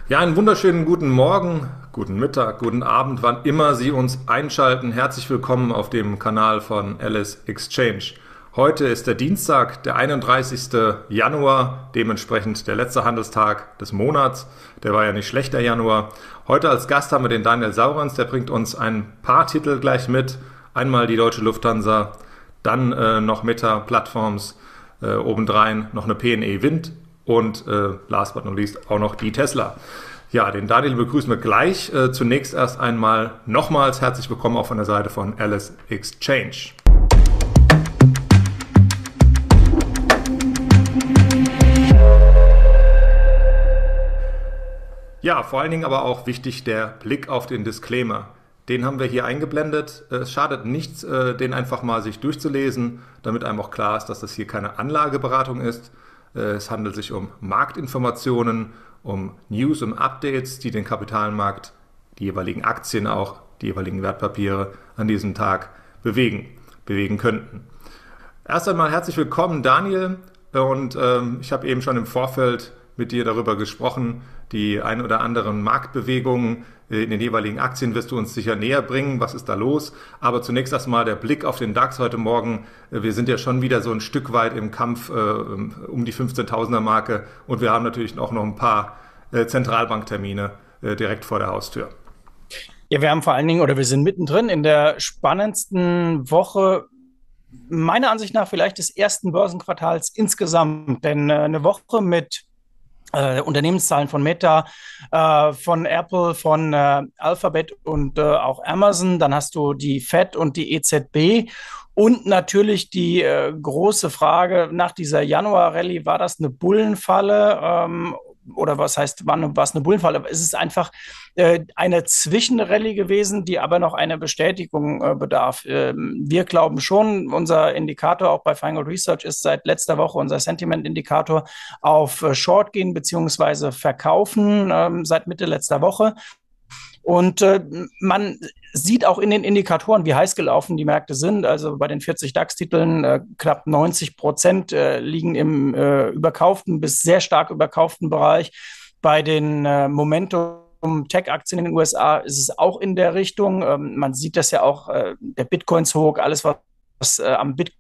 Ja, einen wunderschönen guten Morgen, guten Mittag, guten Abend, wann immer Sie uns einschalten. Herzlich willkommen auf dem Kanal von Alice Exchange. Heute ist der Dienstag, der 31. Januar, dementsprechend der letzte Handelstag des Monats. Der war ja nicht schlecht, der Januar. Heute als Gast haben wir den Daniel Saurens, der bringt uns ein paar Titel gleich mit. Einmal die Deutsche Lufthansa, dann noch Meta Platforms, obendrein noch eine PNE Wind und last but not least auch noch die Tesla. Ja, den Daniel begrüßen wir gleich. Zunächst erst einmal nochmals herzlich willkommen auch von der Seite von Alice Exchange. Ja, vor allen Dingen aber auch wichtig der Blick auf den Disclaimer. Den haben wir hier eingeblendet. Es schadet nichts, den einfach mal sich durchzulesen, damit einem auch klar ist, dass das hier keine Anlageberatung ist. Es handelt sich um Marktinformationen, um News und Updates, die den Kapitalmarkt, die jeweiligen Aktien auch, die jeweiligen Wertpapiere an diesem Tag bewegen könnten. Erst einmal herzlich willkommen, Daniel. Und ich habe eben schon im Vorfeld mit dir darüber gesprochen. Die ein oder anderen Marktbewegungen in den jeweiligen Aktien wirst du uns sicher näher bringen. Was ist da los? Aber zunächst erstmal der Blick auf den DAX heute Morgen. Wir sind ja schon wieder so ein Stück weit im Kampf um die 15.000er Marke. Und wir haben natürlich auch noch ein paar Zentralbanktermine direkt vor der Haustür. Ja, wir haben vor allen Dingen, oder wir sind mittendrin in der spannendsten Woche, meiner Ansicht nach vielleicht des ersten Börsenquartals insgesamt. Denn eine Woche mit Unternehmenszahlen von Meta, von Apple, von Alphabet und auch Amazon. Dann hast du die Fed und die EZB. Und natürlich die große Frage nach dieser Januar-Rallye, war das eine Bullenfalle? Oder was heißt, war es eine Bullenfalle? Es ist einfach eine Zwischenrallye gewesen, die aber noch eine Bestätigung bedarf. Wir glauben schon, unser Indikator auch bei Feingold Research ist seit letzter Woche unser Sentiment-Indikator auf Short gehen bzw. verkaufen seit Mitte letzter Woche. Und man sieht auch in den Indikatoren, wie heiß gelaufen die Märkte sind. Also bei den 40 DAX-Titeln knapp 90% liegen im überkauften bis sehr stark überkauften Bereich. Bei den Momentum-Tech-Aktien in den USA ist es auch in der Richtung. Man sieht das ja auch, der Bitcoins hoch, alles was am Bitcoin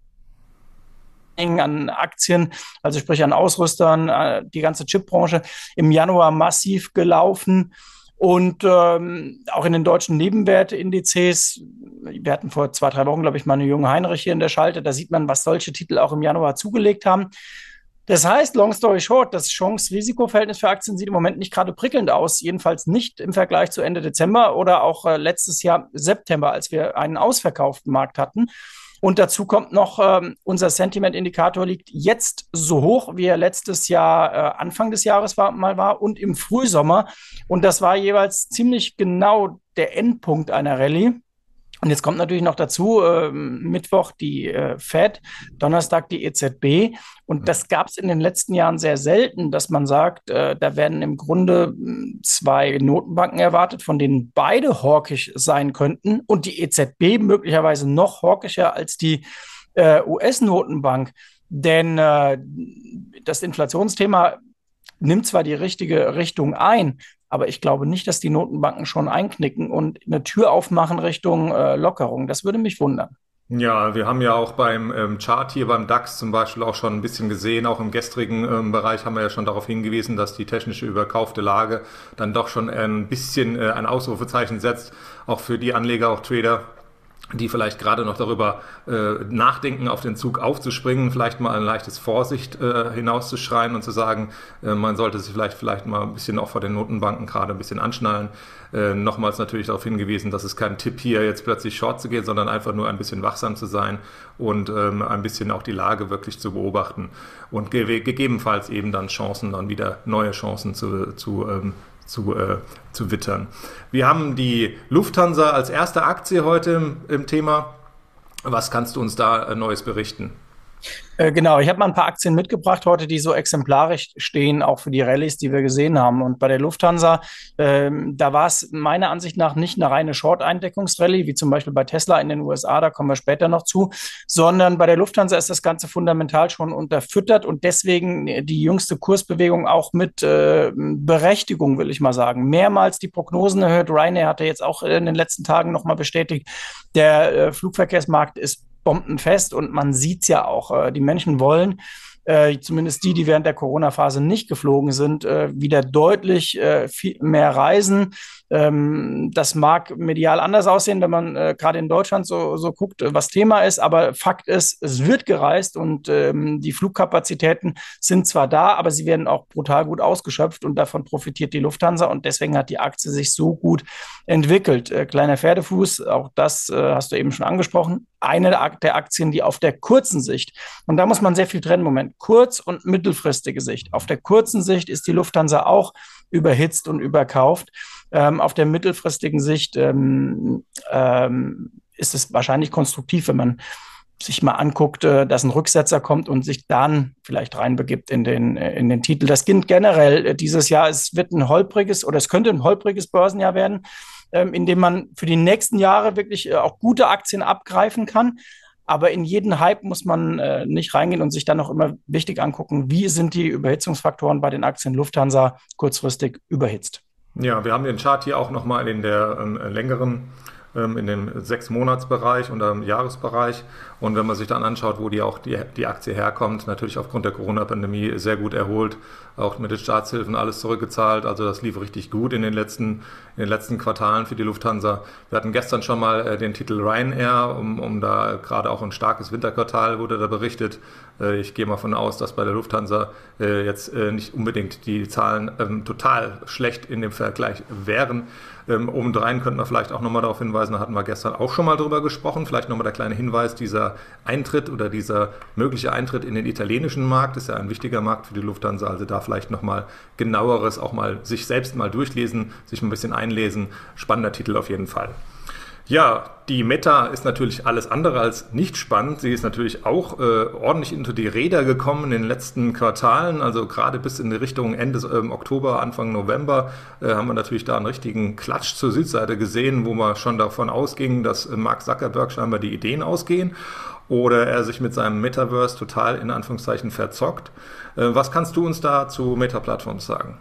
an Aktien, also sprich an Ausrüstern, die ganze Chipbranche im Januar massiv gelaufen. Und auch in den deutschen Nebenwertindizes, wir hatten vor 2, 3 Wochen, glaube ich, mal eine junge Heinrich hier in der Schalte, da sieht man, was solche Titel auch im Januar zugelegt haben. Das heißt, long story short, das Chance-Risiko-Verhältnis für Aktien sieht im Moment nicht gerade prickelnd aus, jedenfalls nicht im Vergleich zu Ende Dezember oder auch letztes Jahr September, als wir einen ausverkauften Markt hatten. Und dazu kommt noch, unser Sentiment-Indikator liegt jetzt so hoch, wie er letztes Jahr Anfang des Jahres war und im Frühsommer. Und das war jeweils ziemlich genau der Endpunkt einer Rallye. Und jetzt kommt natürlich noch dazu, Mittwoch die Fed, Donnerstag die EZB. Und das gab es in den letzten Jahren sehr selten, dass man sagt, da werden im Grunde 2 Notenbanken erwartet, von denen beide hawkisch sein könnten und die EZB möglicherweise noch hawkischer als die US-Notenbank. Denn das Inflationsthema nimmt zwar die richtige Richtung ein, aber ich glaube nicht, dass die Notenbanken schon einknicken und eine Tür aufmachen Richtung Lockerung. Das würde mich wundern. Ja, wir haben ja auch beim Chart hier beim DAX zum Beispiel auch schon ein bisschen gesehen, auch im gestrigen Bereich haben wir ja schon darauf hingewiesen, dass die technische überkaufte Lage dann doch schon ein bisschen ein Ausrufezeichen setzt, auch für die Anleger, auch Trader, die vielleicht gerade noch darüber nachdenken, auf den Zug aufzuspringen, vielleicht mal ein leichtes Vorsicht hinauszuschreien und zu sagen, man sollte sich vielleicht mal ein bisschen auch vor den Notenbanken gerade ein bisschen anschnallen. Nochmals natürlich darauf hingewiesen, dass es kein Tipp hier jetzt plötzlich short zu gehen, sondern einfach nur ein bisschen wachsam zu sein und ein bisschen auch die Lage wirklich zu beobachten und gegebenenfalls eben dann Chancen, dann wieder neue Chancen zu wittern. Wir haben die Lufthansa als erste Aktie heute im Thema. Was kannst du uns da Neues berichten? Genau, ich habe mal ein paar Aktien mitgebracht heute, die so exemplarisch stehen, auch für die Rallyes, die wir gesehen haben. Und bei der Lufthansa, da war es meiner Ansicht nach nicht eine reine Short-Eindeckungsrallye, wie zum Beispiel bei Tesla in den USA, da kommen wir später noch zu, sondern bei der Lufthansa ist das Ganze fundamental schon unterfüttert und deswegen die jüngste Kursbewegung auch mit Berechtigung, will ich mal sagen. Mehrmals die Prognosen erhöht. Ryanair hatte jetzt auch in den letzten Tagen nochmal bestätigt, der Flugverkehrsmarkt ist bombenfest und man sieht es ja auch. Die Menschen wollen, zumindest die während der Corona-Phase nicht geflogen sind, wieder deutlich viel mehr reisen. Das mag medial anders aussehen, wenn man gerade in Deutschland so guckt, was Thema ist, aber Fakt ist, es wird gereist und die Flugkapazitäten sind zwar da, aber sie werden auch brutal gut ausgeschöpft und davon profitiert die Lufthansa und deswegen hat die Aktie sich so gut entwickelt. Kleiner Pferdefuß, auch das hast du eben schon angesprochen. Eine der Aktien, die auf der kurzen Sicht, und da muss man sehr viel trennen, Moment, kurz- und mittelfristige Sicht. Auf der kurzen Sicht ist die Lufthansa auch überhitzt und überkauft. Auf der mittelfristigen Sicht ist es wahrscheinlich konstruktiv, wenn man sich mal anguckt, dass ein Rücksetzer kommt und sich dann vielleicht reinbegibt in den Titel. Das gilt generell dieses Jahr. Es wird ein holpriges oder es könnte ein holpriges Börsenjahr werden, in dem man für die nächsten Jahre wirklich auch gute Aktien abgreifen kann. Aber in jeden Hype muss man nicht reingehen und sich dann noch immer wichtig angucken, wie sind die Überhitzungsfaktoren bei den Aktien Lufthansa kurzfristig überhitzt. Ja, wir haben den Chart hier auch nochmal in der längeren, in dem 6-Monats-Bereich und im Jahresbereich. Und wenn man sich dann anschaut, wo die Aktie herkommt, natürlich aufgrund der Corona-Pandemie sehr gut erholt, auch mit den Staatshilfen alles zurückgezahlt. Also das lief richtig gut in den letzten Quartalen für die Lufthansa. Wir hatten gestern schon mal den Titel Ryanair, um da gerade auch ein starkes Winterquartal wurde da berichtet. Ich gehe mal von aus, dass bei der Lufthansa jetzt nicht unbedingt die Zahlen total schlecht in dem Vergleich wären. Obendrein könnten wir vielleicht auch nochmal darauf hinweisen, da hatten wir gestern auch schon mal drüber gesprochen, vielleicht nochmal der kleine Hinweis, dieser Eintritt oder dieser mögliche Eintritt in den italienischen Markt ist ja ein wichtiger Markt für die Lufthansa, also da vielleicht nochmal genaueres auch mal sich selbst mal durchlesen, sich ein bisschen einlesen, spannender Titel auf jeden Fall. Ja, die Meta ist natürlich alles andere als nicht spannend. Sie ist natürlich auch ordentlich unter die Räder gekommen in den letzten Quartalen. Also gerade bis in die Richtung Ende Oktober, Anfang November haben wir natürlich da einen richtigen Klatsch zur Südseite gesehen, wo man schon davon ausging, dass Mark Zuckerberg scheinbar die Ideen ausgehen oder er sich mit seinem Metaverse total in Anführungszeichen verzockt. Was kannst du uns da zu Meta Platforms sagen?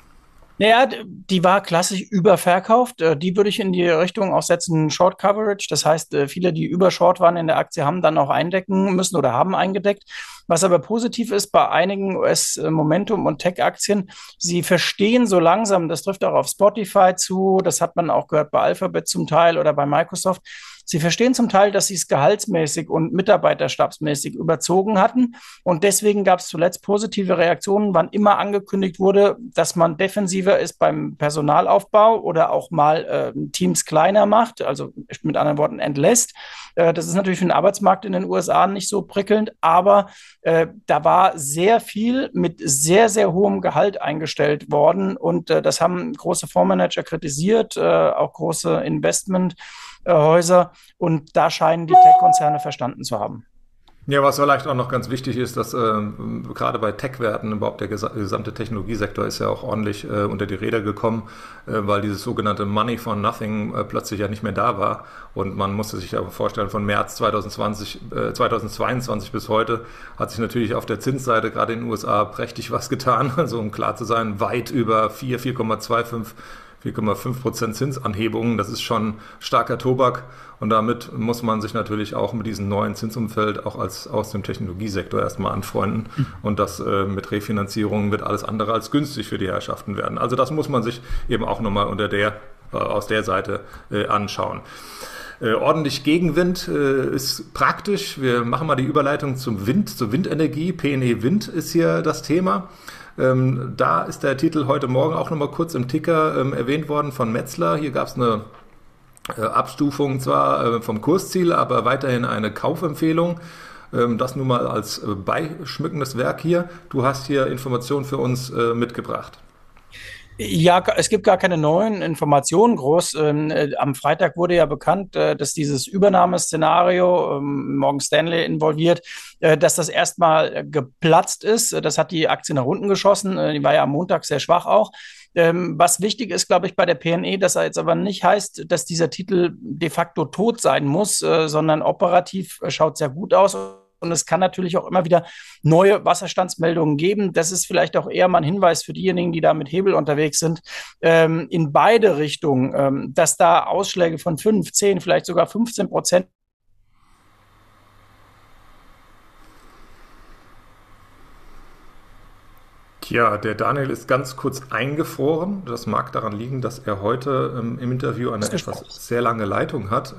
Naja, die war klassisch überverkauft. Die würde ich in die Richtung auch setzen, Short Coverage. Das heißt, viele, die übershort waren in der Aktie, haben dann auch eindecken müssen oder haben eingedeckt. Was aber positiv ist bei einigen US-Momentum- und Tech-Aktien, sie verstehen so langsam, das trifft auch auf Spotify zu, das hat man auch gehört bei Alphabet zum Teil oder bei Microsoft. Sie verstehen zum Teil, dass sie es gehaltsmäßig und mitarbeiterstabsmäßig überzogen hatten. Und deswegen gab es zuletzt positive Reaktionen, wann immer angekündigt wurde, dass man defensiver ist beim Personalaufbau oder auch mal Teams kleiner macht, also mit anderen Worten entlässt. Das ist natürlich für den Arbeitsmarkt in den USA nicht so prickelnd, aber da war sehr viel mit sehr, sehr hohem Gehalt eingestellt worden. Und das haben große Fondsmanager kritisiert, auch große Investmenthäuser. Und da scheinen die Tech-Konzerne verstanden zu haben. Ja, was vielleicht auch noch ganz wichtig ist, dass gerade bei Tech-Werten überhaupt der gesamte Technologiesektor ist ja auch ordentlich unter die Räder gekommen, weil dieses sogenannte Money for Nothing plötzlich ja nicht mehr da war. Und man musste sich aber vorstellen, von März 2022 bis heute hat sich natürlich auf der Zinsseite gerade in den USA prächtig was getan. Also um klar zu sein, weit über 4,5% Zinsanhebungen, das ist schon starker Tobak und damit muss man sich natürlich auch mit diesem neuen Zinsumfeld auch aus dem Technologiesektor erstmal anfreunden und das mit Refinanzierungen wird alles andere als günstig für die Herrschaften werden. Also das muss man sich eben auch nochmal aus der Seite anschauen. Ordentlich Gegenwind ist praktisch. Wir machen mal die Überleitung zum Wind, zur Windenergie. PNE Wind ist hier das Thema. Da ist der Titel heute Morgen auch nochmal kurz im Ticker erwähnt worden von Metzler. Hier gab es eine Abstufung zwar vom Kursziel, aber weiterhin eine Kaufempfehlung. Das nun mal als beischmückendes Werk hier. Du hast hier Informationen für uns mitgebracht. Ja, es gibt gar keine neuen Informationen groß. Am Freitag wurde ja bekannt, dass dieses Übernahmeszenario, Morgan Stanley involviert, dass das erstmal geplatzt ist. Das hat die Aktie nach unten geschossen. Die war ja am Montag sehr schwach auch. Was wichtig ist, glaube ich, bei der PNE, dass er jetzt aber nicht heißt, dass dieser Titel de facto tot sein muss, sondern operativ schaut sehr gut aus. Und es kann natürlich auch immer wieder neue Wasserstandsmeldungen geben. Das ist vielleicht auch eher mal ein Hinweis für diejenigen, die da mit Hebel unterwegs sind, in beide Richtungen, dass da Ausschläge von 5, 10, vielleicht sogar 15%. Tja, der Daniel ist ganz kurz eingefroren. Das mag daran liegen, dass er heute im Interview eine etwas sehr lange Leitung hat,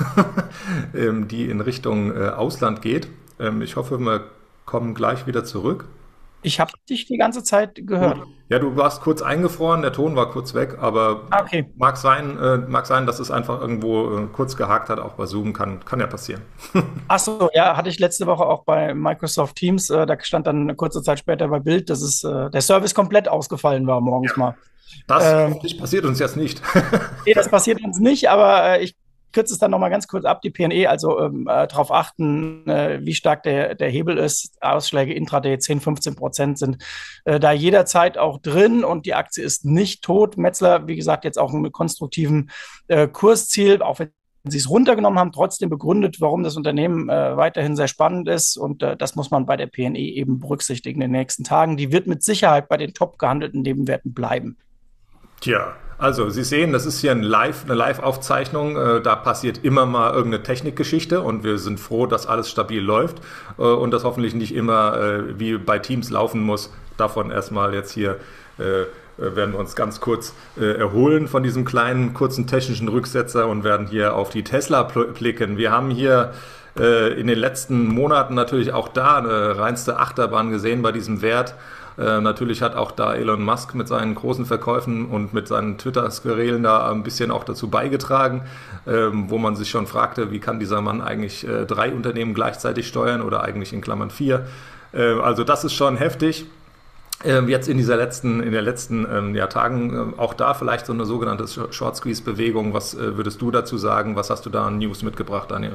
die in Richtung Ausland geht. Ich hoffe, wir kommen gleich wieder zurück. Ich habe dich die ganze Zeit Gut. gehört. Ja, du warst kurz eingefroren, der Ton war kurz weg, aber Ah, okay. mag sein, dass es einfach irgendwo kurz gehakt hat, auch bei Zoom, kann ja passieren. Ach so, ja, hatte ich letzte Woche auch bei Microsoft Teams. Da stand dann eine kurze Zeit später bei Bild, dass der Service komplett ausgefallen war morgens mal. Das Ähm, hoffentlich passiert uns jetzt nicht. Nee, das passiert uns nicht, aber ich kürze es dann nochmal ganz kurz ab, die PNE, also darauf achten, wie stark der Hebel ist. Ausschläge intraday 10, 15% sind da jederzeit auch drin und die Aktie ist nicht tot. Metzler, wie gesagt, jetzt auch mit konstruktivem Kursziel, auch wenn Sie es runtergenommen haben, trotzdem begründet, warum das Unternehmen weiterhin sehr spannend ist. Und das muss man bei der PNE eben berücksichtigen in den nächsten Tagen. Die wird mit Sicherheit bei den top gehandelten Nebenwerten bleiben. Tja, also Sie sehen, das ist hier eine Live-Aufzeichnung. Da passiert immer mal irgendeine Technikgeschichte und wir sind froh, dass alles stabil läuft und das hoffentlich nicht immer wie bei Teams laufen muss. Davon erstmal jetzt hier werden wir uns ganz kurz erholen von diesem kleinen, kurzen technischen Rücksetzer und werden hier auf die Tesla blicken. Wir haben hier in den letzten Monaten natürlich auch da eine reinste Achterbahn gesehen bei diesem Wert. Natürlich hat auch da Elon Musk mit seinen großen Verkäufen und mit seinen Twitter-Squirrelen da ein bisschen auch dazu beigetragen, wo man sich schon fragte, wie kann dieser Mann eigentlich 3 Unternehmen gleichzeitig steuern oder eigentlich in Klammern 4. Also das ist schon heftig. Jetzt in der letzten Tagen auch da vielleicht so eine sogenannte Short-Squeeze-Bewegung. Was würdest du dazu sagen? Was hast du da an News mitgebracht, Daniel?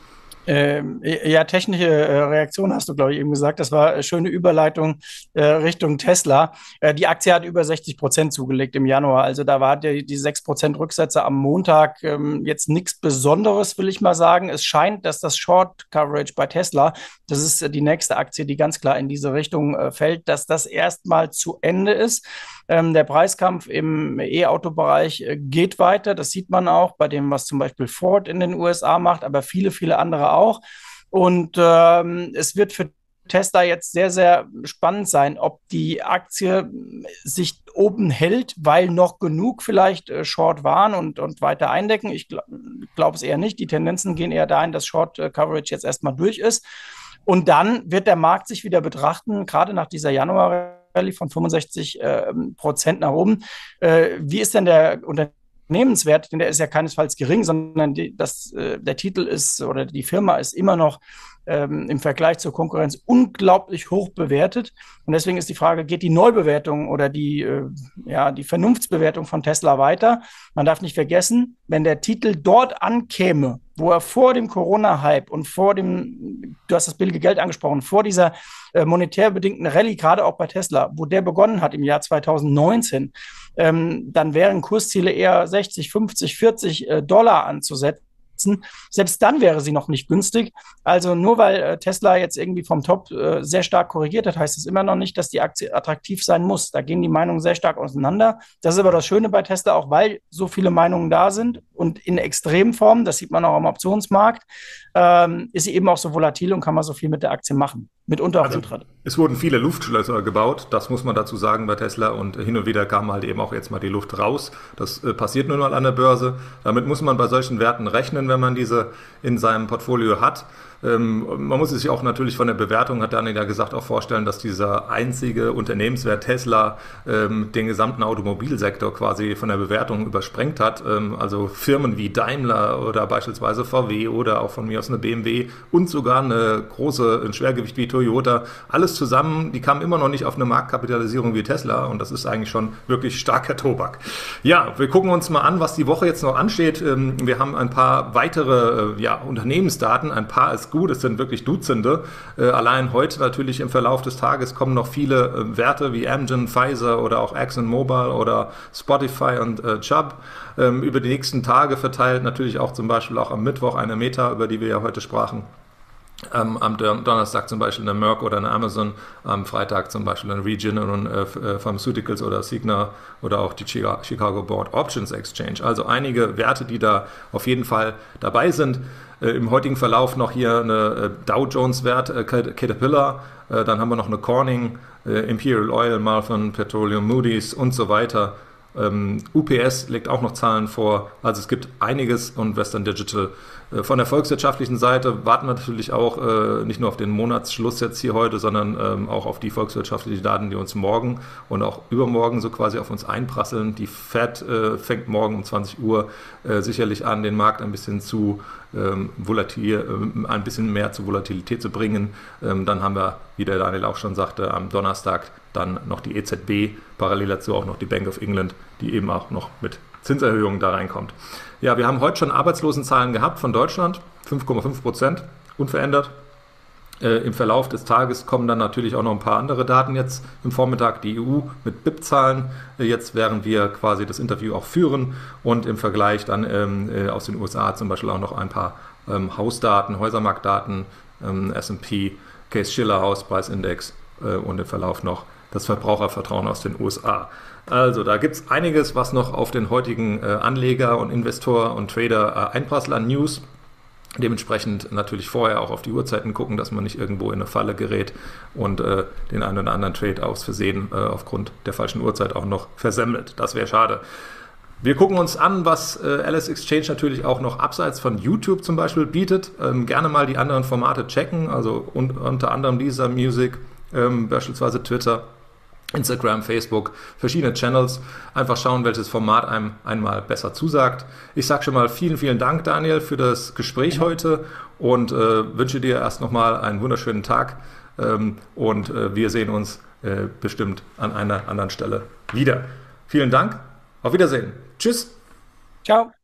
Ja, technische Reaktion hast du, glaube ich, eben gesagt. Das war eine schöne Überleitung Richtung Tesla. Die Aktie hat über 60% zugelegt im Januar. Also da war die 6% Rücksätze am Montag jetzt nichts Besonderes, will ich mal sagen. Es scheint, dass das Short Coverage bei Tesla, das ist die nächste Aktie, die ganz klar in diese Richtung fällt, dass das erstmal zu Ende ist. Der Preiskampf im E-Auto-Bereich geht weiter. Das sieht man auch bei dem, was zum Beispiel Ford in den USA macht, aber viele, viele andere auch. Und es wird für Tesla jetzt sehr, sehr spannend sein, ob die Aktie sich oben hält, weil noch genug vielleicht Short waren und weiter eindecken. Ich glaube es eher nicht. Die Tendenzen gehen eher dahin, dass Short Coverage jetzt erstmal durch ist. Und dann wird der Markt sich wieder betrachten, gerade nach dieser Januar-Rallye von 65% nach oben. Wie ist denn der Unternehmenswert? Denn der ist ja keinesfalls gering, sondern der Titel ist oder die Firma ist immer noch im Vergleich zur Konkurrenz unglaublich hoch bewertet. Und deswegen ist die Frage, geht die Neubewertung oder die Vernunftsbewertung von Tesla weiter? Man darf nicht vergessen, wenn der Titel dort ankäme, wo er vor dem Corona-Hype und du hast das billige Geld angesprochen, vor dieser monetär bedingten Rallye, gerade auch bei Tesla, wo der begonnen hat im Jahr 2019, dann wären Kursziele eher 60, 50, 40 Dollar anzusetzen. Selbst dann wäre sie noch nicht günstig. Also nur weil Tesla jetzt irgendwie vom Top sehr stark korrigiert hat, heißt es immer noch nicht, dass die Aktie attraktiv sein muss. Da gehen die Meinungen sehr stark auseinander. Das ist aber das Schöne bei Tesla, auch weil so viele Meinungen da sind und in Extremform, das sieht man auch am Optionsmarkt, ist sie eben auch so volatil und kann man so viel mit der Aktie machen. Mitunter auch Also Intraday. es wurden viele Luftschlösser gebaut, das muss man dazu sagen bei Tesla und hin und wieder kam halt eben auch jetzt mal die Luft raus. Das passiert nun mal an der Börse. Damit muss man bei solchen Werten rechnen, wenn man diese in seinem Portfolio hat. Man muss es sich auch natürlich von der Bewertung, hat Daniel ja gesagt, auch vorstellen, dass dieser einzige Unternehmenswert Tesla den gesamten Automobilsektor quasi von der Bewertung übersprengt hat. Also Firmen wie Daimler oder beispielsweise VW oder auch von mir aus eine BMW und sogar ein Schwergewicht wie Toyota, alles zusammen, die kamen immer noch nicht auf eine Marktkapitalisierung wie Tesla und das ist eigentlich schon wirklich starker Tobak. Ja, wir gucken uns mal an, was die Woche jetzt noch ansteht. Wir haben ein paar weitere Unternehmensdaten, ein paar ist gut, es sind wirklich Dutzende. Allein heute natürlich im Verlauf des Tages kommen noch viele Werte wie Amgen, Pfizer oder auch ExxonMobil oder Spotify und Chubb. Über die nächsten Tage verteilt natürlich auch zum Beispiel auch am Mittwoch eine Meta, über die wir ja heute sprachen. Am Donnerstag zum Beispiel eine Merck oder eine Amazon, am Freitag zum Beispiel eine Regeneron Pharmaceuticals oder Cigna oder auch die Chicago Board Options Exchange. Also einige Werte, die da auf jeden Fall dabei sind. Im heutigen Verlauf noch hier eine Dow Jones Wert, Caterpillar, dann haben wir noch eine Corning, Imperial Oil, Marathon Petroleum, Moody's und so weiter. UPS legt auch noch Zahlen vor, also es gibt einiges und Western Digital. Von der volkswirtschaftlichen Seite warten wir natürlich auch nicht nur auf den Monatsschluss jetzt hier heute, sondern auch auf die volkswirtschaftlichen Daten, die uns morgen und auch übermorgen so quasi auf uns einprasseln. Die Fed fängt morgen um 20 Uhr sicherlich an, den Markt ein bisschen ein bisschen mehr zu Volatilität zu bringen. Dann haben wir, wie der Daniel auch schon sagte, am Donnerstag dann noch die EZB, parallel dazu auch noch die Bank of England, die eben auch noch mit Zinserhöhungen da reinkommt. Ja, wir haben heute schon Arbeitslosenzahlen gehabt von Deutschland, 5,5%, unverändert. Im Verlauf des Tages kommen dann natürlich auch noch ein paar andere Daten jetzt im Vormittag, die EU mit BIP-Zahlen, jetzt während wir quasi das Interview auch führen und im Vergleich dann aus den USA zum Beispiel auch noch ein paar Hausdaten, Häusermarktdaten, S&P, Case-Shiller Hauspreisindex und im Verlauf noch das Verbrauchervertrauen aus den USA. Also da gibt es einiges, was noch auf den heutigen Anleger und Investor und Trader einprasselt an News. Dementsprechend natürlich vorher auch auf die Uhrzeiten gucken, dass man nicht irgendwo in eine Falle gerät und den einen oder anderen Trade aus Versehen aufgrund der falschen Uhrzeit auch noch versemmelt. Das wäre schade. Wir gucken uns an, was Alice Exchange natürlich auch noch abseits von YouTube zum Beispiel bietet. Gerne mal die anderen Formate checken, also unter anderem dieser Music, beispielsweise Twitter, Instagram, Facebook, verschiedene Channels. Einfach schauen, welches Format einem einmal besser zusagt. Ich sage schon mal vielen, vielen Dank, Daniel, für das Gespräch heute und wünsche dir erst nochmal einen wunderschönen Tag. Und wir sehen uns bestimmt an einer anderen Stelle wieder. Vielen Dank. Auf Wiedersehen. Tschüss. Ciao.